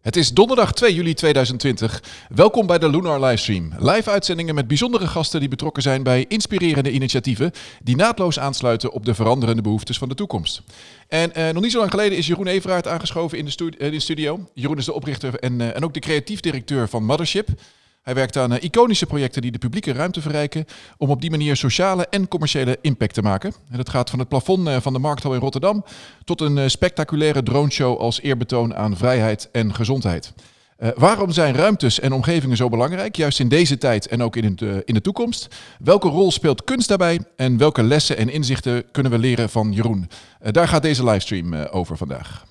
Het is donderdag 2 juli 2020. Welkom bij de Lunar Livestream. Live uitzendingen met bijzondere gasten die betrokken zijn bij inspirerende initiatieven die naadloos aansluiten op de veranderende behoeftes van de toekomst. En nog niet zo lang geleden is Jeroen Everaert aangeschoven in de studio. Jeroen is de oprichter en ook de creatief directeur van Mothership. Hij werkt aan iconische projecten die de publieke ruimte verrijken om op die manier sociale en commerciële impact te maken. En dat gaat van het plafond van de Markthal in Rotterdam tot een spectaculaire droneshow als eerbetoon aan vrijheid en gezondheid. Waarom zijn ruimtes en omgevingen zo belangrijk, juist in deze tijd en ook in de toekomst? Welke rol speelt kunst daarbij en welke lessen en inzichten kunnen we leren van Jeroen? Daar gaat deze livestream over vandaag.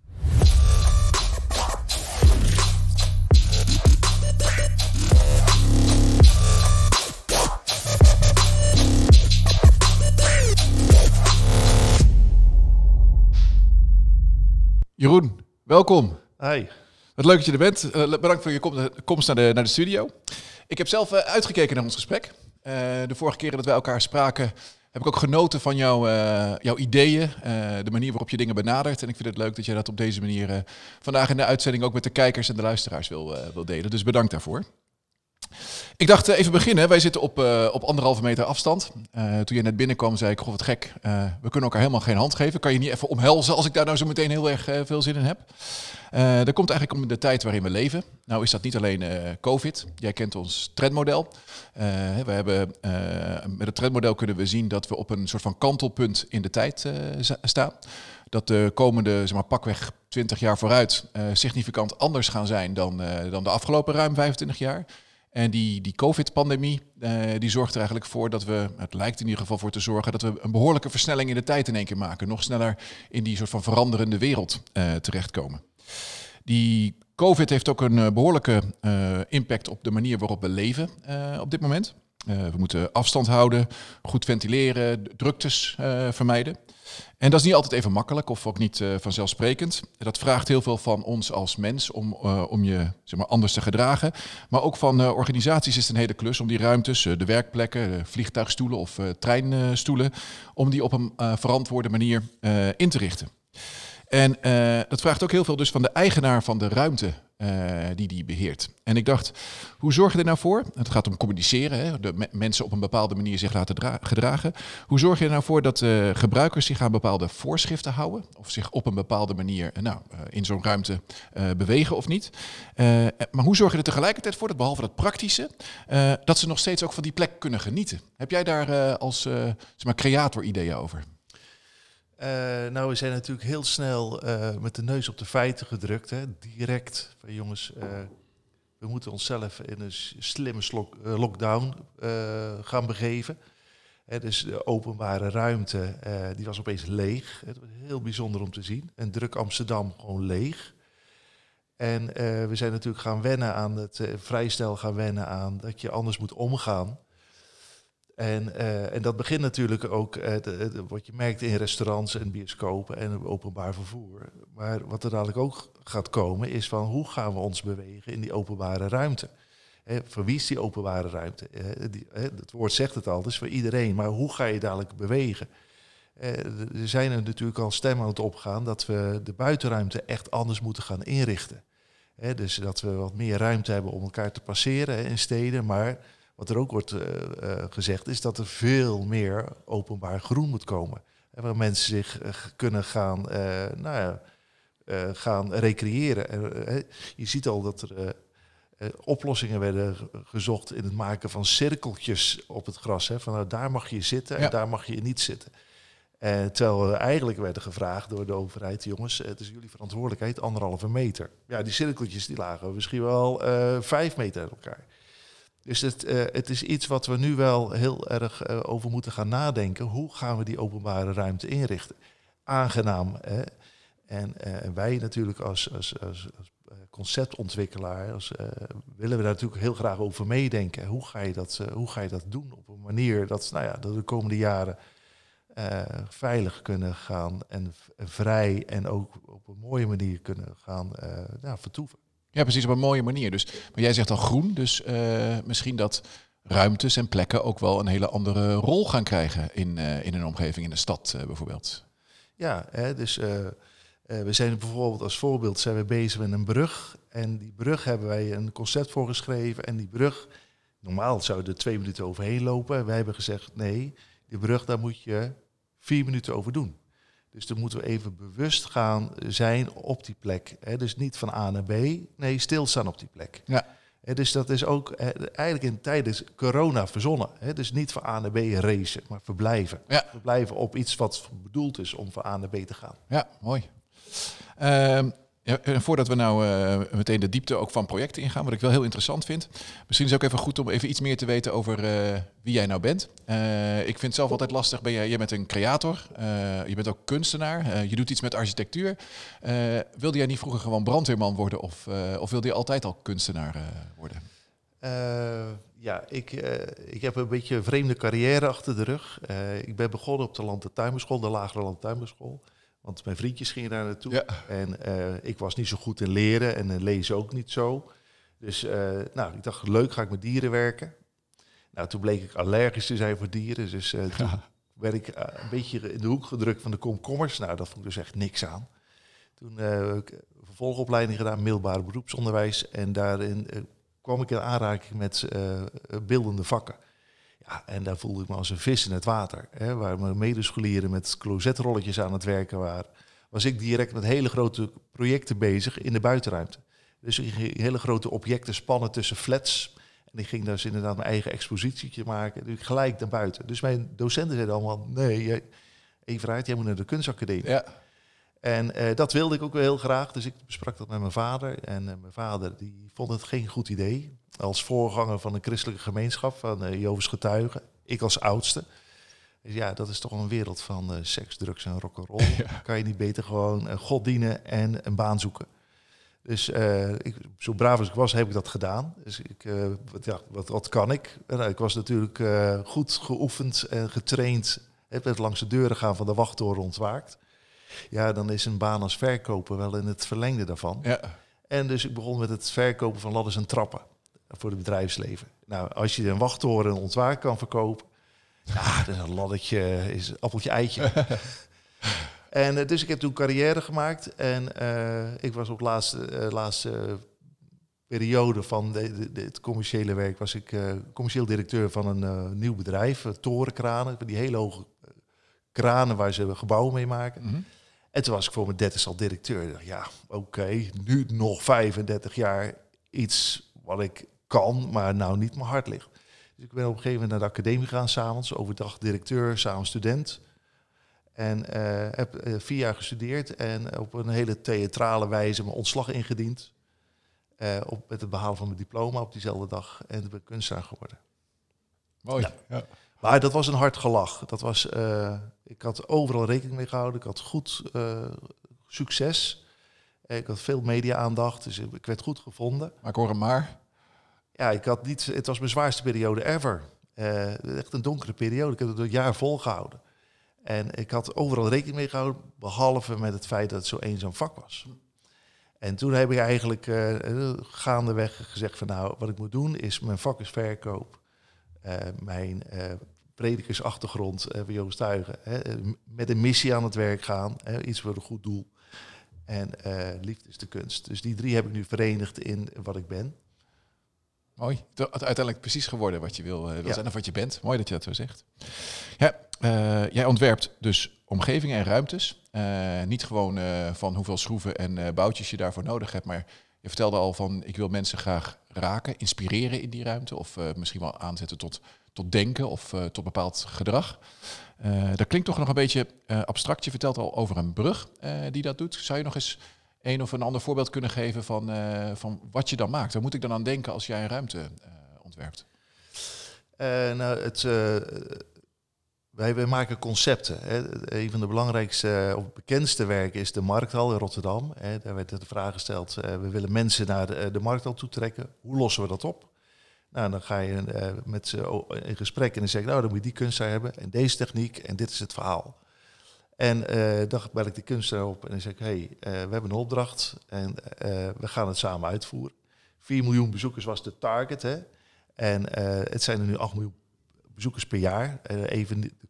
Jeroen, welkom. Hi. Wat leuk dat je er bent. Bedankt voor je komst naar de studio. Ik heb zelf uitgekeken naar ons gesprek. De vorige keren dat wij elkaar spraken, heb ik ook genoten van jouw ideeën. De manier waarop je dingen benadert. En ik vind het leuk dat je dat op deze manier vandaag in de uitzending ook met de kijkers en de luisteraars wil delen. Dus bedankt daarvoor. Ik dacht even beginnen. Wij zitten op 1,5 meter afstand. Toen je net binnenkwam zei ik, goh wat gek, we kunnen elkaar helemaal geen hand geven. Kan je niet even omhelzen als ik daar nou zo meteen heel erg veel zin in heb? Dat komt eigenlijk om de tijd waarin we leven. Nou is dat niet alleen COVID. Jij kent ons trendmodel. We hebben, met het trendmodel kunnen we zien dat we op een soort van kantelpunt in de tijd staan. Dat de komende, pakweg 20 jaar vooruit significant anders gaan zijn dan de afgelopen ruim 25 jaar. En die COVID-pandemie, die zorgt er eigenlijk voor dat we, het lijkt in ieder geval voor te zorgen, dat we een behoorlijke versnelling in de tijd in één keer maken. Nog sneller in die soort van veranderende wereld terechtkomen. Die COVID heeft ook een behoorlijke impact op de manier waarop we leven op dit moment. We moeten afstand houden, goed ventileren, druktes vermijden. En dat is niet altijd even makkelijk of ook niet vanzelfsprekend. Dat vraagt heel veel van ons als mens om je anders te gedragen. Maar ook van organisaties is het een hele klus om die ruimtes, de werkplekken, de vliegtuigstoelen of treinstoelen, om die op een verantwoorde manier in te richten. En dat vraagt ook heel veel dus van de eigenaar van de ruimte die beheert. En ik dacht, hoe zorg je er nou voor? Het gaat om communiceren, hè? De mensen op een bepaalde manier zich laten gedragen. Hoe zorg je er nou voor dat gebruikers zich aan bepaalde voorschriften houden? Of zich op een bepaalde manier in zo'n ruimte bewegen of niet? Maar hoe zorg je er tegelijkertijd voor, dat behalve dat praktische, dat ze nog steeds ook van die plek kunnen genieten? Heb jij daar als creator ideeën over? We zijn natuurlijk heel snel met de neus op de feiten gedrukt. Hè. Direct van jongens, we moeten onszelf in een slimme lockdown gaan begeven. Dus de openbare ruimte, die was opeens leeg. Het was heel bijzonder om te zien. En druk Amsterdam gewoon leeg. En we zijn natuurlijk gaan wennen aan het vrij snel gaan wennen aan dat je anders moet omgaan. En dat begint natuurlijk ook, wat je merkt in restaurants en bioscopen en openbaar vervoer. Maar wat er dadelijk ook gaat komen is van hoe gaan we ons bewegen in die openbare ruimte? Voor wie is die openbare ruimte? Het woord zegt het al, dus voor iedereen. Maar hoe ga je dadelijk bewegen? Er zijn er natuurlijk al stemmen aan het opgaan dat we de buitenruimte echt anders moeten gaan inrichten. Dus dat we wat meer ruimte hebben om elkaar te passeren in steden, maar wat er ook wordt gezegd is dat er veel meer openbaar groen moet komen. Waar mensen zich kunnen gaan recreëren. Je ziet al dat er oplossingen werden gezocht in het maken van cirkeltjes op het gras. Hè, van daar mag je zitten en daar mag je niet zitten. Terwijl we eigenlijk werden gevraagd door de overheid, jongens, het is jullie verantwoordelijkheid, 1,5 meter. Ja, die cirkeltjes die lagen misschien wel 5 meter uit elkaar. Dus het is iets wat we nu wel heel erg over moeten gaan nadenken. Hoe gaan we die openbare ruimte inrichten? Aangenaam. Hè? En wij natuurlijk als conceptontwikkelaar willen we daar natuurlijk heel graag over meedenken. Hoe ga je dat doen op een manier dat we de komende jaren veilig kunnen gaan en vrij en ook op een mooie manier kunnen gaan vertoeven. Ja, precies, op een mooie manier. Dus, maar jij zegt al groen, dus misschien dat ruimtes en plekken ook wel een hele andere rol gaan krijgen in een omgeving, in de stad bijvoorbeeld. Ja, dus we zijn bijvoorbeeld als voorbeeld zijn we bezig met een brug En die brug hebben wij een concept voor geschreven. En die brug, normaal zou je er 2 minuten overheen lopen. Wij hebben gezegd, nee, die brug, daar moet je 4 minuten over doen. Dus dan moeten we even bewust gaan zijn op die plek. Dus niet van A naar B, nee, stilstaan op die plek. Ja. Dus dat is ook eigenlijk in tijdens corona verzonnen. Dus niet van A naar B racen, maar verblijven. Ja. Verblijven op iets wat bedoeld is om van A naar B te gaan. Ja, mooi. En voordat we nou meteen de diepte ook van projecten ingaan, wat ik wel heel interessant vind. Misschien is het ook even goed om even iets meer te weten over wie jij nou bent. Ik vind het zelf altijd lastig, jij bent een creator, je bent ook kunstenaar, je doet iets met architectuur. Wilde jij niet vroeger gewoon brandweerman worden of wilde je altijd al kunstenaar worden? Ik heb een beetje een vreemde carrière achter de rug. Ik ben begonnen op de Land- en Tuinbouwschool, de lagere Land- en Tuinbouwschool. Want mijn vriendjes gingen daar naartoe. Ja. En ik was niet zo goed in leren en lezen ook niet zo. Dus ik dacht, leuk, ga ik met dieren werken. Nou, toen bleek ik allergisch te zijn voor dieren. Dus toen werd ik een beetje in de hoek gedrukt van de komkommers. Nou, dat vond ik dus echt niks aan. Toen heb ik een vervolgopleiding gedaan, middelbaar beroepsonderwijs. En daarin kwam ik in aanraking met beeldende vakken. Ja, en daar voelde ik me als een vis in het water. Waar mijn medescholieren met closetrolletjes aan het werken waren, was ik direct met hele grote projecten bezig in de buitenruimte. Dus ik ging hele grote objecten spannen tussen flats. En ik ging dus inderdaad mijn eigen expositietje maken. Dus gelijk naar buiten. Dus mijn docenten zeiden allemaal, nee, Everard, jij moet naar de kunstacademie. Ja. En dat wilde ik ook wel heel graag. Dus ik besprak dat met mijn vader. En mijn vader die vond het geen goed idee. Als voorganger van een christelijke gemeenschap van Jehovah's Getuigen. Ik als oudste. Dus ja, dat is toch een wereld van seks, drugs en rock'n'roll. Ja. Kan je niet beter gewoon God dienen en een baan zoeken. Dus zo braaf als ik was, heb ik dat gedaan. Dus wat kan ik? Ik was natuurlijk goed geoefend en getraind. Ik ben langs de deuren gaan van de wachttoren ontwaakt. Ja, dan is een baan als verkoper wel in het verlengde daarvan. Ja. En dus ik begon met het verkopen van ladders en trappen voor het bedrijfsleven. Nou, als je een wachttoren en ontwaak kan verkopen, ja, dat is een laddertje, is een appeltje-eitje. En dus ik heb toen carrière gemaakt en ik was op de laatste periode van het commerciële werk, was ik commercieel directeur van een nieuw bedrijf, torenkranen, die hele hoge kranen waar ze gebouwen mee maken. Mm-hmm. En toen was ik voor mijn 30 al directeur. Ik dacht, ja, oké, nu nog 35 jaar iets wat ik kan, maar nou niet mijn hart ligt. Dus ik ben op een gegeven moment naar de academie gegaan, 's avonds, overdag directeur, 's avonds student. En heb 4 jaar gestudeerd en op een hele theatrale wijze mijn ontslag ingediend. Met het behalen van mijn diploma op diezelfde dag. En toen ben ik kunstenaar geworden. Mooi, ja. Maar dat was een hard gelach. Dat was, ik had overal rekening mee gehouden. Ik had goed succes. Ik had veel media-aandacht, dus ik werd goed gevonden. Maar ik hoor hem maar. Ja, het was mijn zwaarste periode ever. Echt een donkere periode. Ik heb het een jaar volgehouden. En ik had overal rekening mee gehouden, behalve met het feit dat het zo eenzaam vak was. En toen heb ik eigenlijk gaandeweg gezegd van nou, wat ik moet doen is, mijn vak is verkoop. Mijn predikersachtergrond bij Jehovah's Getuigen. Met een missie aan het werk gaan. Iets voor een goed doel. En liefde is de kunst. Dus die 3 heb ik nu verenigd in wat ik ben. Mooi. Uiteindelijk precies geworden wat je wil zijn of wat je bent. Mooi dat je dat zo zegt. Ja, jij ontwerpt dus omgevingen en ruimtes. Niet gewoon van hoeveel schroeven en boutjes je daarvoor nodig hebt. Maar je vertelde al van ik wil mensen graag raken, inspireren in die ruimte. Of misschien wel aanzetten tot denken of tot bepaald gedrag. Dat klinkt toch nog een beetje abstract. Je vertelt al over een brug die dat doet. Zou je nog eens een of een ander voorbeeld kunnen geven van wat je dan maakt? Waar moet ik dan aan denken als jij een ruimte ontwerpt? Wij maken concepten. Hè. Een van de belangrijkste of bekendste werken is de Markthal in Rotterdam. Daar werd de vraag gesteld, we willen mensen naar de Markthal toe trekken. Hoe lossen we dat op? Nou, dan ga je met ze in gesprek en dan zeg ik, nou, dan moet je die kunstenaar hebben en deze techniek en dit is het verhaal. En dan bel ik de kunstenaar op en dan zeg ik, we hebben een opdracht en we gaan het samen uitvoeren. 4 miljoen bezoekers was de target. Hè? En het zijn er nu 8 miljoen bezoekers per jaar. Even de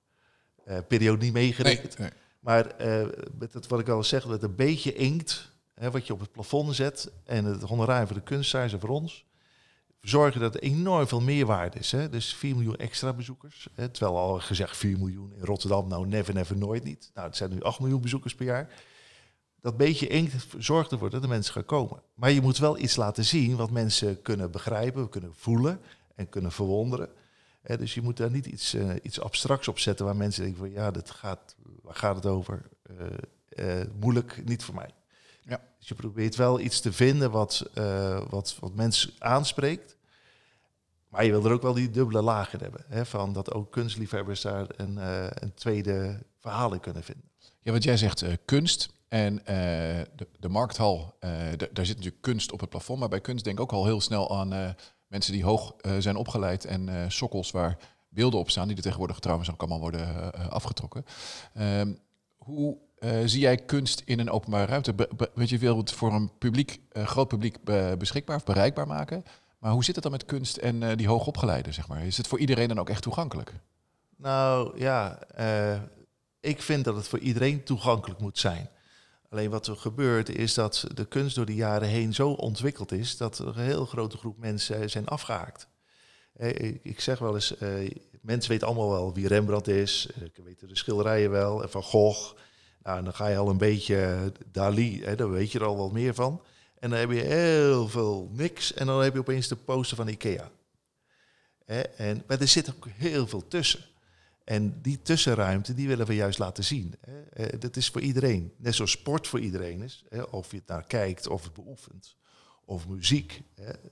COVID-periode niet meegerekend. Nee. Maar met het, wat ik al zeg, met een beetje inkt wat je op het plafond zet en het honoraar voor de kunstenaars en voor ons, zorgen dat er enorm veel meerwaarde is. Hè? Dus 4 miljoen extra bezoekers. Hè? Terwijl al gezegd 4 miljoen in Rotterdam, nou never, nooit niet. Nou, het zijn nu 8 miljoen bezoekers per jaar. Dat beetje inkt zorgt ervoor dat de mensen gaan komen. Maar je moet wel iets laten zien wat mensen kunnen begrijpen, kunnen voelen en kunnen verwonderen. Dus je moet daar niet iets abstracts op zetten waar mensen denken van ja, waar gaat het over? Moeilijk, niet voor mij. Ja. Dus je probeert wel iets te vinden wat mensen aanspreekt. Maar je wil er ook wel die dubbele laag in hebben. Hè, van dat ook kunstliefhebbers daar een tweede verhaal in kunnen vinden. Ja, wat jij zegt, kunst en de markthal, daar zit natuurlijk kunst op het plafond. Maar bij kunst denk ik ook al heel snel aan mensen die hoog zijn opgeleid en sokkels waar beelden op staan, die er tegenwoordig trouwens ook allemaal worden afgetrokken. Hoe zie jij kunst in een openbare ruimte? Weet je, wil het voor een groot publiek beschikbaar of bereikbaar maken? Maar hoe zit het dan met kunst en die hoogopgeleide, zeg maar? Is het voor iedereen dan ook echt toegankelijk? Nou ja, ik vind dat het voor iedereen toegankelijk moet zijn. Alleen wat er gebeurt is dat de kunst door de jaren heen zo ontwikkeld is dat er een heel grote groep mensen zijn afgehaakt. Ik zeg wel eens, mensen weten allemaal wel wie Rembrandt is, weten de schilderijen wel, en Van Gogh. Nou, en dan ga je al een beetje Dali, daar weet je er al wel meer van. En dan heb je heel veel niks en dan heb je opeens de poster van Ikea. Maar er zit ook heel veel tussen. En die tussenruimte, die willen we juist laten zien. Dat is voor iedereen. Net zoals sport voor iedereen is. Of je het naar kijkt of het beoefent. Of muziek.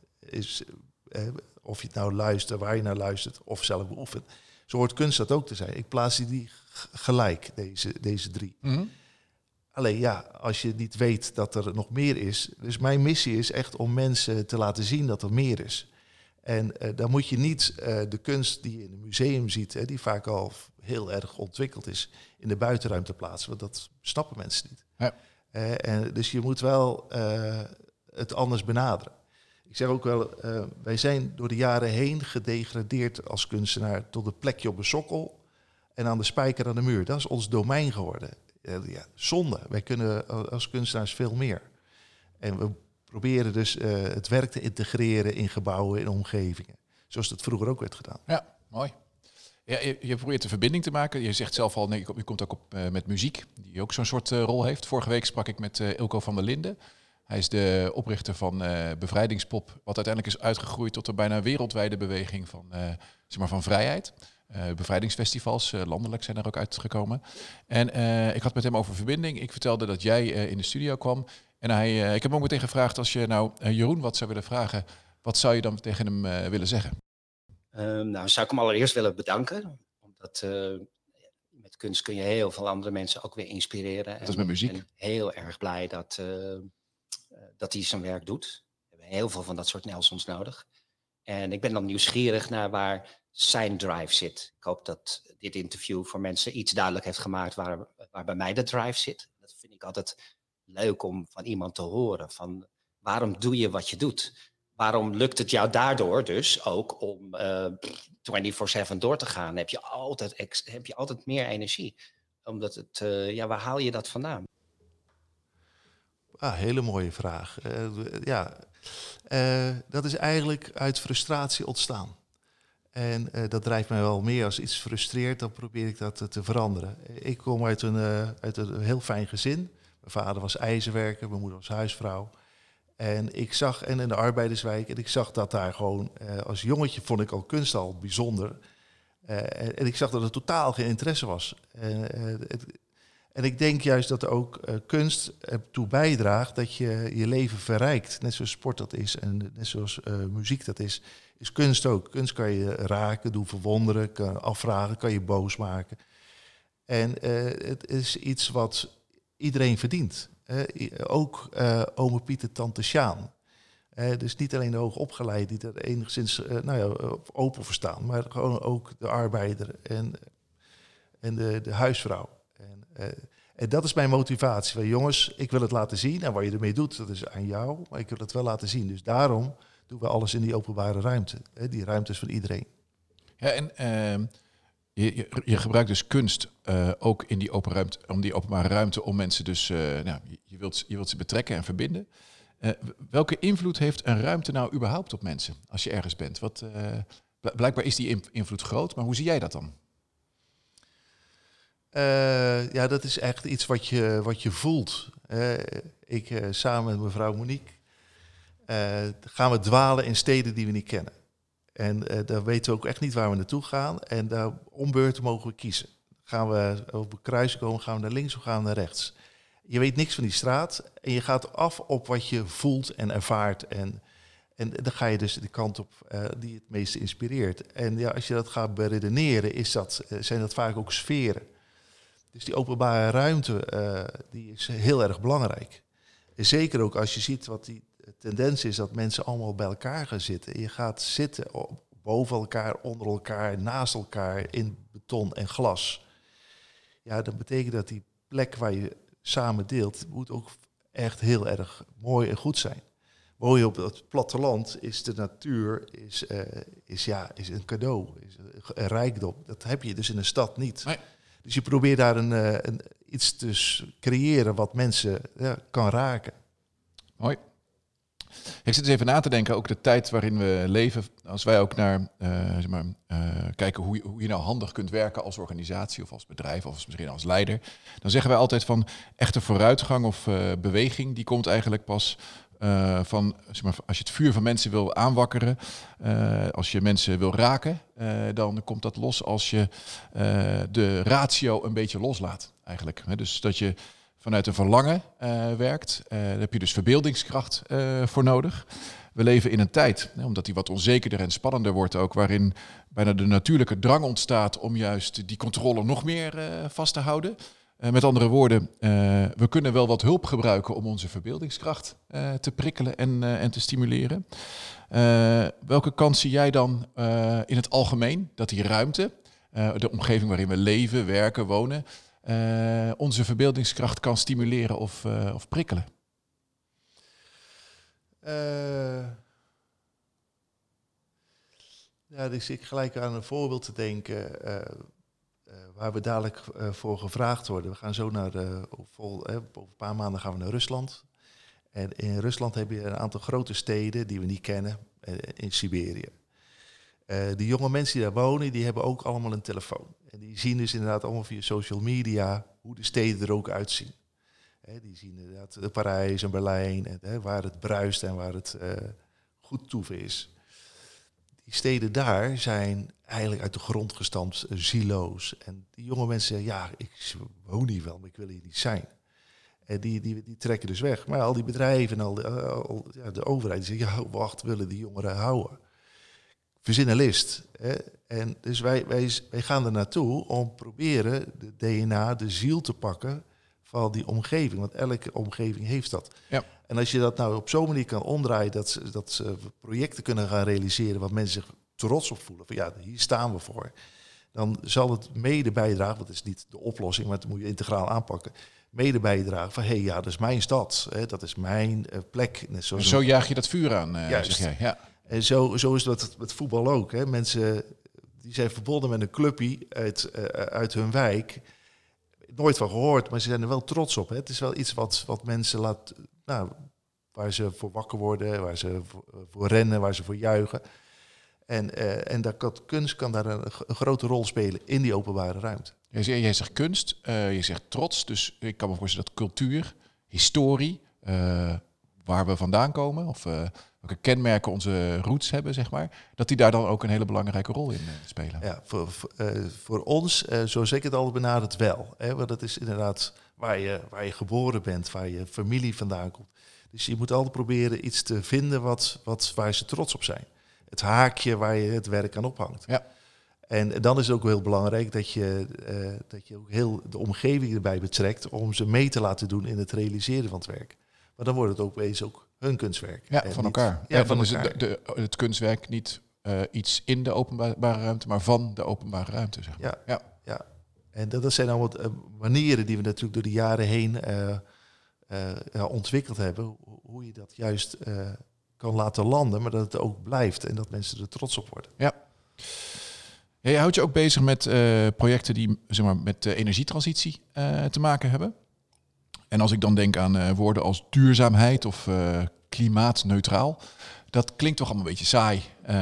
Of je het nou luistert, waar je naar luistert. Of zelf beoefent. Zo hoort kunst dat ook te zijn. Ik plaats die gelijk, deze 3. Mm-hmm. Alleen ja, als je niet weet dat er nog meer is. Dus mijn missie is echt om mensen te laten zien dat er meer is. En dan moet je niet de kunst die je in een museum ziet, die vaak al heel erg ontwikkeld is, in de buitenruimte plaatsen. Want dat snappen mensen niet. Ja. Dus je moet wel het anders benaderen. Ik zeg ook wel, wij zijn door de jaren heen gedegradeerd als kunstenaar tot een plekje op een sokkel en aan de spijker aan de muur. Dat is ons domein geworden. Zonde. Wij kunnen als kunstenaars veel meer. En we proberen dus het werk te integreren in gebouwen, in omgevingen. Zoals dat vroeger ook werd gedaan. Ja, mooi. Ja, je probeert een verbinding te maken. Je zegt zelf al, je komt ook op met muziek, die ook zo'n soort rol heeft. Vorige week sprak ik met Ilko van der Linden. Hij is de oprichter van Bevrijdingspop, wat uiteindelijk is uitgegroeid tot een bijna wereldwijde beweging van vrijheid. Bevrijdingsfestivals, landelijk zijn er ook uitgekomen. En ik had met hem over verbinding. Ik vertelde dat jij in de studio kwam. En ik heb hem ook meteen gevraagd, als je nou Jeroen wat zou willen vragen, wat zou je dan tegen hem willen zeggen? Nou, zou ik hem allereerst willen bedanken. Omdat met kunst kun je heel veel andere mensen ook weer inspireren. Dat is met muziek. Ik ben heel erg blij dat hij zijn werk doet. We hebben heel veel van dat soort Nelsons nodig. En ik ben dan nieuwsgierig naar waar zijn drive zit. Ik hoop dat dit interview voor mensen iets duidelijk heeft gemaakt waar bij mij de drive zit. Dat vind ik altijd leuk om van iemand te horen. Van waarom doe je wat je doet? Waarom lukt het jou daardoor dus ook om 24/7 door te gaan? Heb je altijd meer energie? Omdat waar haal je dat vandaan? Hele mooie vraag. Dat is eigenlijk uit frustratie ontstaan. En dat drijft mij wel meer als iets frustreert, dan probeer ik dat te veranderen. Ik kom uit een heel fijn gezin. Mijn vader was ijzerwerker, mijn moeder was huisvrouw. En in de arbeiderswijk, en ik zag dat daar gewoon, als jongetje vond ik al kunst al bijzonder. En ik zag dat er totaal geen interesse was. En ik denk juist dat ook kunst ertoe bijdraagt dat je je leven verrijkt. Net zoals sport dat is en net zoals muziek dat is kunst ook. Kunst kan je raken, doen verwonderen, kan afvragen, kan je boos maken. En het is iets wat iedereen verdient. Ook ome Piet en tante Sjaan. Dus niet alleen de hoogopgeleide die er enigszins open voor staan, maar gewoon ook de arbeider en de huisvrouw. En dat is mijn motivatie. Van, jongens, ik wil het laten zien. En wat je ermee doet, dat is aan jou. Maar ik wil het wel laten zien. Dus daarom doen we alles in die openbare ruimte. Die ruimte is van iedereen. Ja, en Je gebruikt dus kunst ook in die openbare ruimte om mensen dus... je wilt ze betrekken en verbinden. Welke invloed heeft een ruimte nou überhaupt op mensen als je ergens bent? Blijkbaar is die invloed groot, maar hoe zie jij dat dan? Dat is echt iets wat je voelt. Ik samen met mevrouw Monique gaan we dwalen in steden die we niet kennen. En daar weten we ook echt niet waar we naartoe gaan. En daar om beurten mogen we kiezen. Gaan we op een kruis komen, gaan we naar links of gaan we naar rechts? Je weet niks van die straat en je gaat af op wat je voelt en ervaart. En dan ga je dus de kant op die het meeste inspireert. En ja, als je dat gaat beredeneren, zijn dat vaak ook sferen. Dus die openbare ruimte die is heel erg belangrijk. En zeker ook als je ziet wat die tendens is, dat mensen allemaal bij elkaar gaan zitten. Je gaat zitten boven elkaar, onder elkaar, naast elkaar, in beton en glas. Ja, dat betekent dat die plek waar je samen deelt, moet ook echt heel erg mooi en goed zijn. Woon je op het platteland, is de natuur is een cadeau, is een rijkdom. Dat heb je dus in een stad niet. Nee. Dus je probeert daar iets te creëren wat mensen kan raken. Mooi. Ik zit eens even na te denken, ook de tijd waarin we leven. Als wij ook naar kijken hoe je nou handig kunt werken als organisatie of als bedrijf of misschien als leider. Dan zeggen wij altijd van echte vooruitgang of beweging, die komt eigenlijk pas als je het vuur van mensen wil aanwakkeren, als je mensen wil raken, dan komt dat los als je de ratio een beetje loslaat eigenlijk. Dus dat je vanuit een verlangen werkt. Daar heb je dus verbeeldingskracht voor nodig. We leven in een tijd, omdat die wat onzekerder en spannender wordt ook, waarin bijna de natuurlijke drang ontstaat om juist die controle nog meer vast te houden. Met andere woorden, we kunnen wel wat hulp gebruiken om onze verbeeldingskracht te prikkelen en te stimuleren. Welke kans zie jij dan in het algemeen dat die ruimte, de omgeving waarin we leven, werken, wonen, onze verbeeldingskracht kan stimuleren of prikkelen? Dus ik gelijk aan een voorbeeld te denken waar we dadelijk voor gevraagd worden. We gaan zo over een paar maanden gaan we naar Rusland. En in Rusland heb je een aantal grote steden die we niet kennen, in Siberië. De jonge mensen die daar wonen, die hebben ook allemaal een telefoon. En die zien dus inderdaad allemaal via social media hoe de steden er ook uitzien. Die zien inderdaad Parijs en Berlijn, waar het bruist en waar het goed toeven is. Die steden daar zijn eigenlijk uit de grond gestampt, zieloos. En die jonge mensen zeggen, ja, ik woon hier wel, maar ik wil hier niet zijn. En die trekken dus weg. Maar al die bedrijven en de overheid, die zeggen, ja, wacht, willen die jongeren houden. Verzin een list. En dus wij gaan er naartoe om proberen de DNA, de ziel te pakken van die omgeving. Want elke omgeving heeft dat. Ja. En als je dat nou op zo'n manier kan omdraaien, dat ze projecten kunnen gaan realiseren waar mensen zich trots op voelen. Van ja, hier staan we voor. Dan zal het mede bijdragen, want het is niet de oplossing, maar dat moet je integraal aanpakken. Mede bijdragen van, ja, dat is mijn stad. Dat is mijn plek. Zo jaag je dat vuur aan, zeg jij. Ja. En zo is dat met voetbal ook. Mensen die zijn verbonden met een clubje uit hun wijk. Nooit van gehoord, maar ze zijn er wel trots op. Het is wel iets wat mensen laat, waar ze voor wakker worden, waar ze voor rennen, waar ze voor juichen. En kunst kan daar een grote rol spelen in die openbare ruimte. Jij zegt kunst, je zegt trots. Dus ik kan me voorstellen dat cultuur, historie, waar we vandaan komen, of welke kenmerken onze roots hebben, zeg maar, dat die daar dan ook een hele belangrijke rol in spelen. Ja, voor ons, zoals ik het al benaderd, wel. Want dat is inderdaad waar je geboren bent, waar je familie vandaan komt. Dus je moet altijd proberen iets te vinden waar ze trots op zijn. Het haakje waar je het werk aan ophangt. Ja. En dan is het ook heel belangrijk dat je ook heel de omgeving erbij betrekt om ze mee te laten doen in het realiseren van het werk. Maar dan wordt het ook opeens ook hun kunstwerk. Ja, van elkaar. Ja, dan is het kunstwerk niet iets in de openbare ruimte, maar van de openbare ruimte, zeg maar. Ja. En dat zijn allemaal manieren die we natuurlijk door de jaren heen ontwikkeld hebben. Hoe je dat juist kan laten landen, maar dat het ook blijft en dat mensen er trots op worden. Ja. Ja, je houdt je ook bezig met projecten die zeg maar, met de energietransitie te maken hebben. En als ik dan denk aan woorden als duurzaamheid of klimaatneutraal, dat klinkt toch allemaal een beetje saai.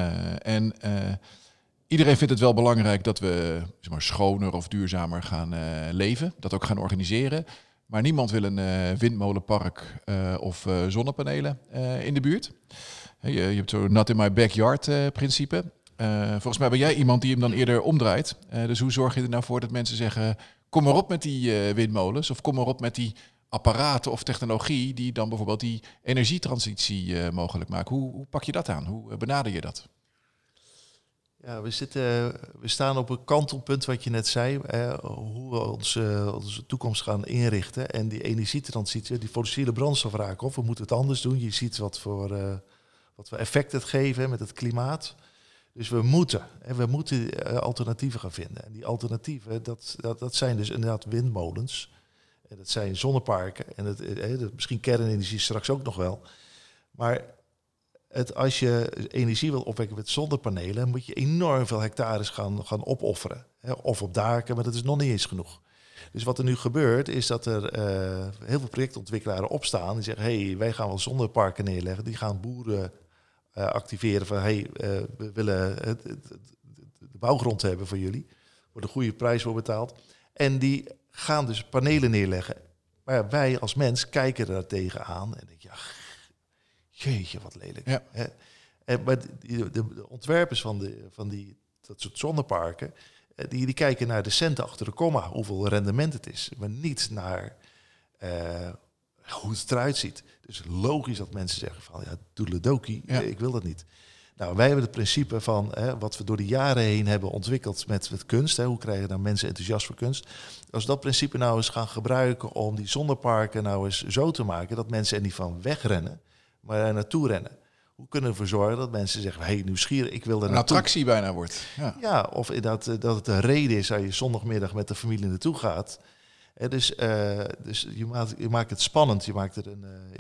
Iedereen vindt het wel belangrijk dat we zeg maar, schoner of duurzamer gaan leven, dat ook gaan organiseren. Maar niemand wil een windmolenpark of zonnepanelen in de buurt. Je hebt zo'n not in my backyard principe. Volgens mij ben jij iemand die hem dan eerder omdraait. Dus hoe zorg je er nou voor dat mensen zeggen, kom maar op met die windmolens of kom maar op met die apparaten of technologie die dan bijvoorbeeld die energietransitie mogelijk maken. Hoe pak je dat aan? Hoe benader je dat? Ja, we staan op een kantelpunt, wat je net zei, hoe we onze toekomst gaan inrichten. En die energietransitie, die fossiele brandstof raken, of we moeten het anders doen. Je ziet wat voor effect het geven met het klimaat. Dus we moeten alternatieven gaan vinden. En die alternatieven, dat zijn dus inderdaad windmolens. En dat zijn zonneparken. En misschien kernenergie straks ook nog wel. Maar als je energie wil opwekken met zonnepanelen, moet je enorm veel hectares gaan opofferen. Of op daken, maar dat is nog niet eens genoeg. Dus wat er nu gebeurt, is dat er heel veel projectontwikkelaren opstaan. Die zeggen, hey, wij gaan wel zonneparken neerleggen. Die gaan boeren activeren van, we willen de bouwgrond hebben voor jullie. Wordt een goede prijs voor betaald. En die gaan dus panelen neerleggen. Maar wij als mens kijken daar tegenaan en denken, ja, jeetje, wat lelijk. Ja. Maar de ontwerpers dat soort zonneparken, die kijken naar de centen achter de komma, hoeveel rendement het is. Maar niet naar hoe het eruit ziet. Dus logisch dat mensen zeggen van, ja, doedeledokie, ik wil dat niet. Nou, wij hebben het principe van wat we door de jaren heen hebben ontwikkeld met kunst. Hoe krijgen dan mensen enthousiast voor kunst? Als we dat principe nou eens gaan gebruiken om die zonneparken nou eens zo te maken dat mensen er niet van wegrennen, maar er naartoe rennen. Hoe kunnen we ervoor zorgen dat mensen zeggen, hey, nieuwsgierig, ik wil er naartoe. Een attractie bijna wordt. Ja, of dat het een reden is als je zondagmiddag met de familie naartoe gaat. Dus je maakt het spannend, je maakt er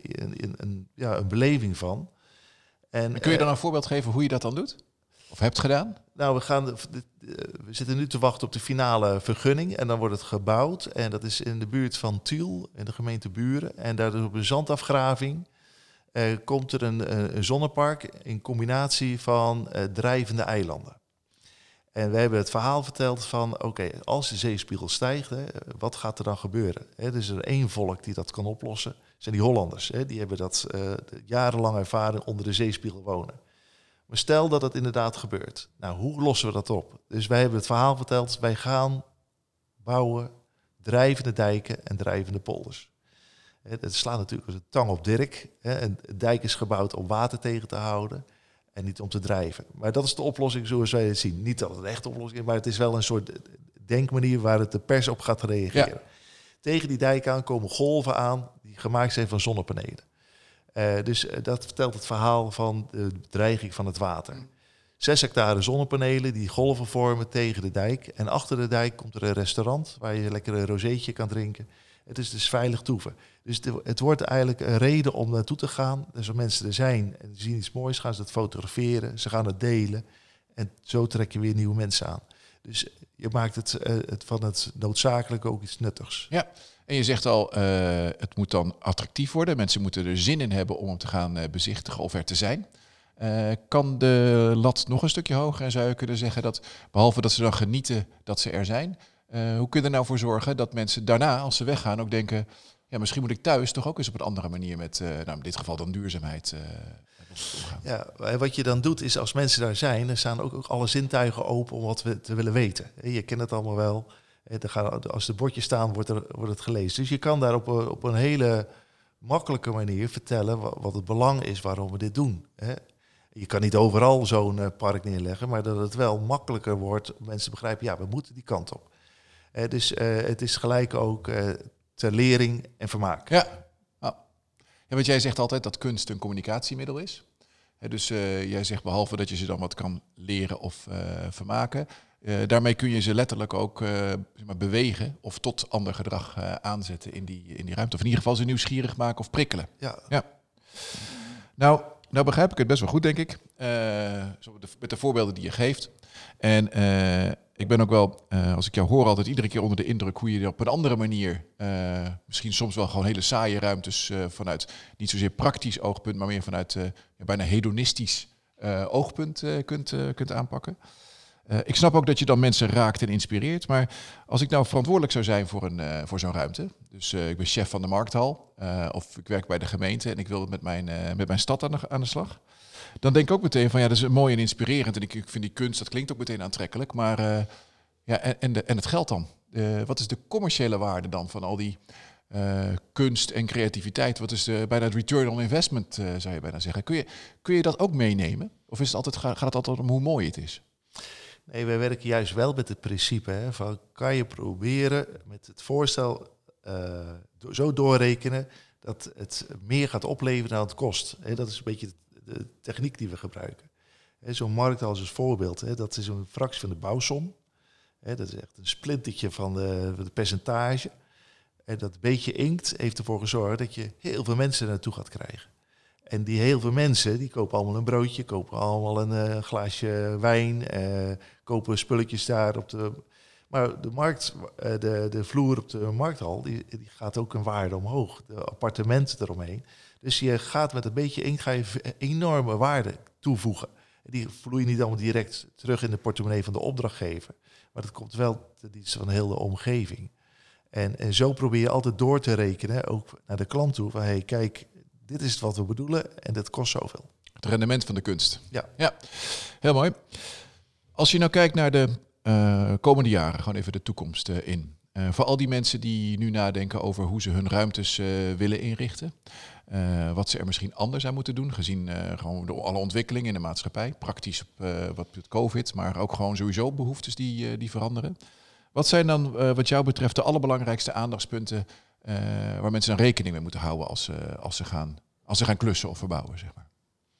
een beleving van. En kun je dan een voorbeeld geven hoe je dat dan doet? Of hebt gedaan? Nou, we zitten nu te wachten op de finale vergunning. En dan wordt het gebouwd. En dat is in de buurt van Tiel, in de gemeente Buren. En daar op een zandafgraving komt er een zonnepark in combinatie van drijvende eilanden. En wij hebben het verhaal verteld van, oké, als de zeespiegel stijgt, wat gaat er dan gebeuren? Er is er één volk die dat kan oplossen. Dat zijn die Hollanders. Die hebben dat jarenlang ervaring onder de zeespiegel wonen. Maar stel dat het inderdaad gebeurt. Nou, hoe lossen we dat op? Dus wij hebben het verhaal verteld, wij gaan bouwen drijvende dijken en drijvende polders. Het slaat natuurlijk als een tang op Dirk. Een dijk is gebouwd om water tegen te houden en niet om te drijven. Maar dat is de oplossing zoals wij het zien. Niet dat het een echte oplossing is, maar het is wel een soort denkmanier waar het de pers op gaat reageren. Ja. Tegen die dijk aan komen golven aan die gemaakt zijn van zonnepanelen. Dus dat vertelt het verhaal van de dreiging van het water. 6 hectare zonnepanelen die golven vormen tegen de dijk. En achter de dijk komt er een restaurant waar je lekker een rozeetje kan drinken. Het is dus veilig toeven. Dus het wordt eigenlijk een reden om naartoe te gaan. Dus als mensen er zijn en zien iets moois, gaan ze het fotograferen. Ze gaan het delen. En zo trek je weer nieuwe mensen aan. Dus je maakt het van het noodzakelijke ook iets nuttigs. Ja, en je zegt al, het moet dan attractief worden. Mensen moeten er zin in hebben om hem te gaan bezichtigen of er te zijn. Kan de lat nog een stukje hoger en zou je kunnen zeggen dat, behalve dat ze dan genieten dat ze er zijn, hoe kun je er nou voor zorgen dat mensen daarna, als ze weggaan, ook denken, ja, misschien moet ik thuis toch ook eens op een andere manier met, in dit geval dan duurzaamheid omgaan. Ja, wat je dan doet is als mensen daar zijn, dan staan ook alle zintuigen open om wat we te willen weten. Je kent het allemaal wel. Als de bordjes staan, wordt het gelezen. Dus je kan daar op een hele makkelijke manier vertellen wat het belang is waarom we dit doen. Je kan niet overal zo'n park neerleggen, maar dat het wel makkelijker wordt. Mensen begrijpen, ja, we moeten die kant op. Dus het is gelijk ook ter lering en vermaak. Ja. Ja, want jij zegt altijd dat kunst een communicatiemiddel is. Dus jij zegt behalve dat je ze dan wat kan leren of vermaken, daarmee kun je ze letterlijk ook bewegen of tot ander gedrag aanzetten in die ruimte. Of in ieder geval ze nieuwsgierig maken of prikkelen. Ja. Nou, Nou begrijp ik het best wel goed, denk ik. Met de voorbeelden die je geeft. En ik ben ook wel, als ik jou hoor, altijd iedere keer onder de indruk hoe je op een andere manier, misschien soms wel gewoon hele saaie ruimtes vanuit niet zozeer praktisch oogpunt, maar meer vanuit bijna hedonistisch oogpunt kunt aanpakken. Ik snap ook dat je dan mensen raakt en inspireert. Maar als ik nou verantwoordelijk zou zijn voor zo'n ruimte. Dus ik ben chef van de markthal. Of ik werk bij de gemeente en ik wil met mijn stad aan de slag. Dan denk ik ook meteen van ja, dat is mooi en inspirerend. En ik vind die kunst, dat klinkt ook meteen aantrekkelijk. Maar en het geld dan? Wat is de commerciële waarde dan van al die kunst en creativiteit? Wat is bijna het return on investment, zou je bijna zeggen. Kun je dat ook meenemen? Of gaat het altijd om hoe mooi het is? Nee, wij werken juist wel met het principe van kan je proberen met het voorstel zo doorrekenen dat het meer gaat opleveren dan het kost. Dat is een beetje de techniek die we gebruiken. Zo'n markthal als voorbeeld, dat is een fractie van de bouwsom. Dat is echt een splintertje van de percentage. En dat beetje inkt heeft ervoor gezorgd dat je heel veel mensen naartoe gaat krijgen. En die heel veel mensen, die kopen allemaal een broodje, kopen allemaal een glaasje wijn, kopen spulletjes daar op de... Maar de markt, de vloer op de markthal, die gaat ook een waarde omhoog. De appartementen eromheen. Dus je gaat met een beetje inkt, ga je enorme waarde toevoegen. Die vloei je niet allemaal direct terug in de portemonnee van de opdrachtgever. Maar dat komt wel ten dienste van heel de omgeving. En zo probeer je altijd door te rekenen, ook naar de klant toe, van hey, kijk, dit is wat we bedoelen en dat kost zoveel. Het rendement van de kunst. Ja, heel mooi. Als je nou kijkt naar de komende jaren, gewoon even de toekomst in. Voor al die mensen die nu nadenken over hoe ze hun ruimtes willen inrichten. Wat ze er misschien anders aan moeten doen, gezien gewoon door alle ontwikkelingen in de maatschappij. Praktisch op wat met COVID, maar ook gewoon sowieso behoeftes die veranderen. Wat zijn dan wat jou betreft de allerbelangrijkste aandachtspunten waar mensen dan rekening mee moeten houden als ze gaan klussen of verbouwen, zeg maar?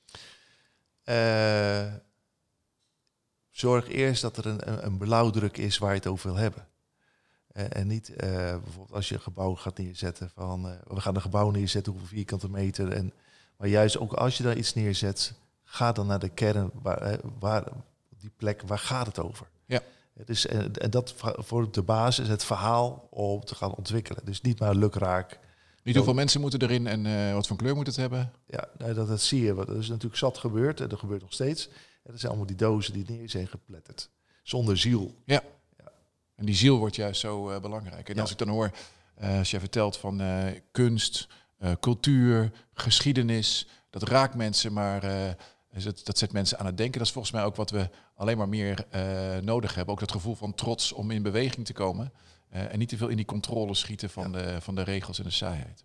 Zorg eerst dat er een blauwdruk is waar je het over wil hebben. En niet bijvoorbeeld als je een gebouw gaat neerzetten van we gaan een gebouw neerzetten, hoeveel vierkante meter. Maar juist ook als je daar iets neerzet, ga dan naar de kern, waar die plek, waar gaat het over? Ja. Dus, en dat vormt de basis, het verhaal om te gaan ontwikkelen. Dus niet maar lukraak. Niet hoeveel mensen moeten erin en wat voor kleur moet het hebben? Ja, nou, dat zie je. Dat is natuurlijk zat gebeurd en dat gebeurt nog steeds. En dat zijn allemaal die dozen die neer zijn gepletterd. Zonder ziel. Ja. En die ziel wordt juist zo belangrijk. En als ik dan hoor, als je vertelt van kunst, cultuur, geschiedenis, dat raakt mensen, maar dat zet mensen aan het denken. Dat is volgens mij ook wat we alleen maar meer nodig hebben. Ook dat gevoel van trots om in beweging te komen. En niet te veel in die controle schieten van de regels en de saaiheid.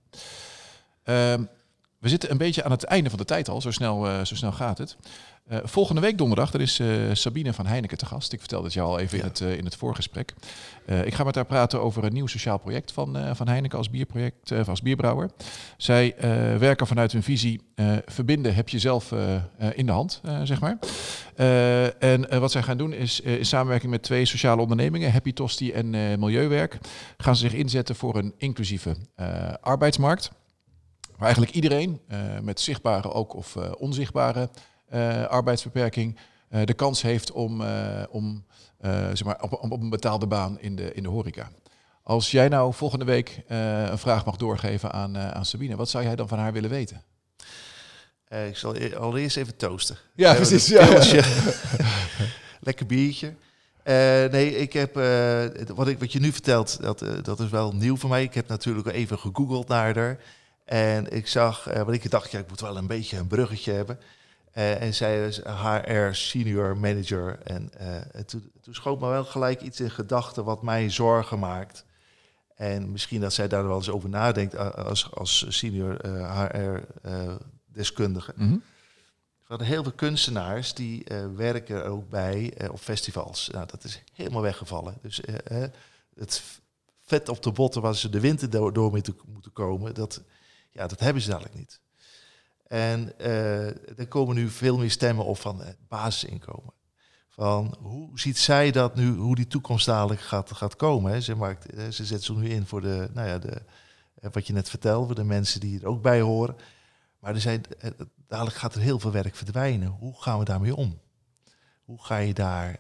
We zitten een beetje aan het einde van de tijd al. Zo snel gaat het. Volgende week donderdag, daar is Sabine van Heineken te gast. Ik vertelde het jou al even in het voorgesprek. Ik ga met haar praten over een nieuw sociaal project van Heineken als bierbrouwer. Zij werken vanuit hun visie verbinden heb je zelf in de hand, zeg maar. En wat zij gaan doen is in samenwerking met 2 sociale ondernemingen, Happy Tosti en Milieuwerk, gaan ze zich inzetten voor een inclusieve arbeidsmarkt. Waar eigenlijk iedereen met zichtbare ook of onzichtbare arbeidsbeperking de kans heeft om zeg maar op een betaalde baan in de horeca. Als jij nou volgende week een vraag mag doorgeven aan Sabine, wat zou jij dan van haar willen weten? Ik zal allereerst even toasten. Ja, precies. Lekker biertje. Nee, ik heb wat je nu vertelt, dat is wel nieuw voor mij. Ik heb natuurlijk even gegoogeld naar haar. En ik zag, want ik dacht, ik moet wel een beetje een bruggetje hebben. En zij is HR senior manager. En toen schoot me wel gelijk iets in gedachten wat mij zorgen maakt. En misschien dat zij daar wel eens over nadenkt als senior HR-deskundige. Mm-hmm. Er waren heel veel kunstenaars die werken ook bij op festivals. Nou, dat is helemaal weggevallen. Dus het vet op de botten waar ze de winter door mee moeten komen, dat hebben ze dadelijk niet. En er komen nu veel meer stemmen op van het basisinkomen. Van hoe ziet zij dat nu, hoe die toekomst dadelijk gaat komen. Hè? Ze zet zich nu in voor wat je net vertelde, voor de mensen die er ook bij horen. Maar dadelijk gaat er heel veel werk verdwijnen. Hoe gaan we daarmee om? Hoe ga je daar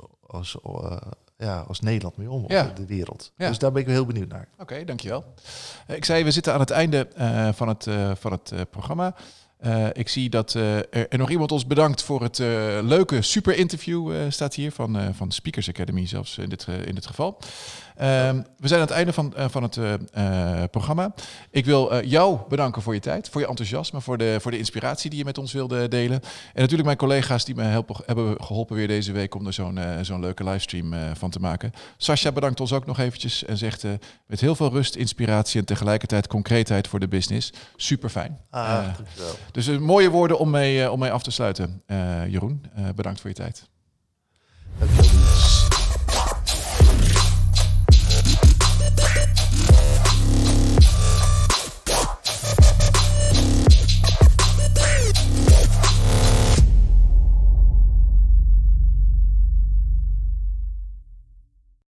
als Nederland mee om, Ja. of de wereld? Ja. Dus daar ben ik wel heel benieuwd naar. Oké, dankjewel. Ik zei, we zitten aan het einde van het programma. Ik zie dat er nog iemand ons bedankt voor het leuke super interview staat hier van de Speakers Academy zelfs in dit geval. We zijn aan het einde van het programma. Ik wil jou bedanken voor je tijd, voor je enthousiasme, voor de inspiratie die je met ons wilde delen. En natuurlijk mijn collega's die me hebben geholpen weer deze week om er zo'n leuke livestream van te maken. Sascha bedankt ons ook nog eventjes en zegt met heel veel rust, inspiratie en tegelijkertijd concreetheid voor de business. Super fijn. Dankjewel. Dus mooie woorden om mee af te sluiten. Jeroen, bedankt voor je tijd.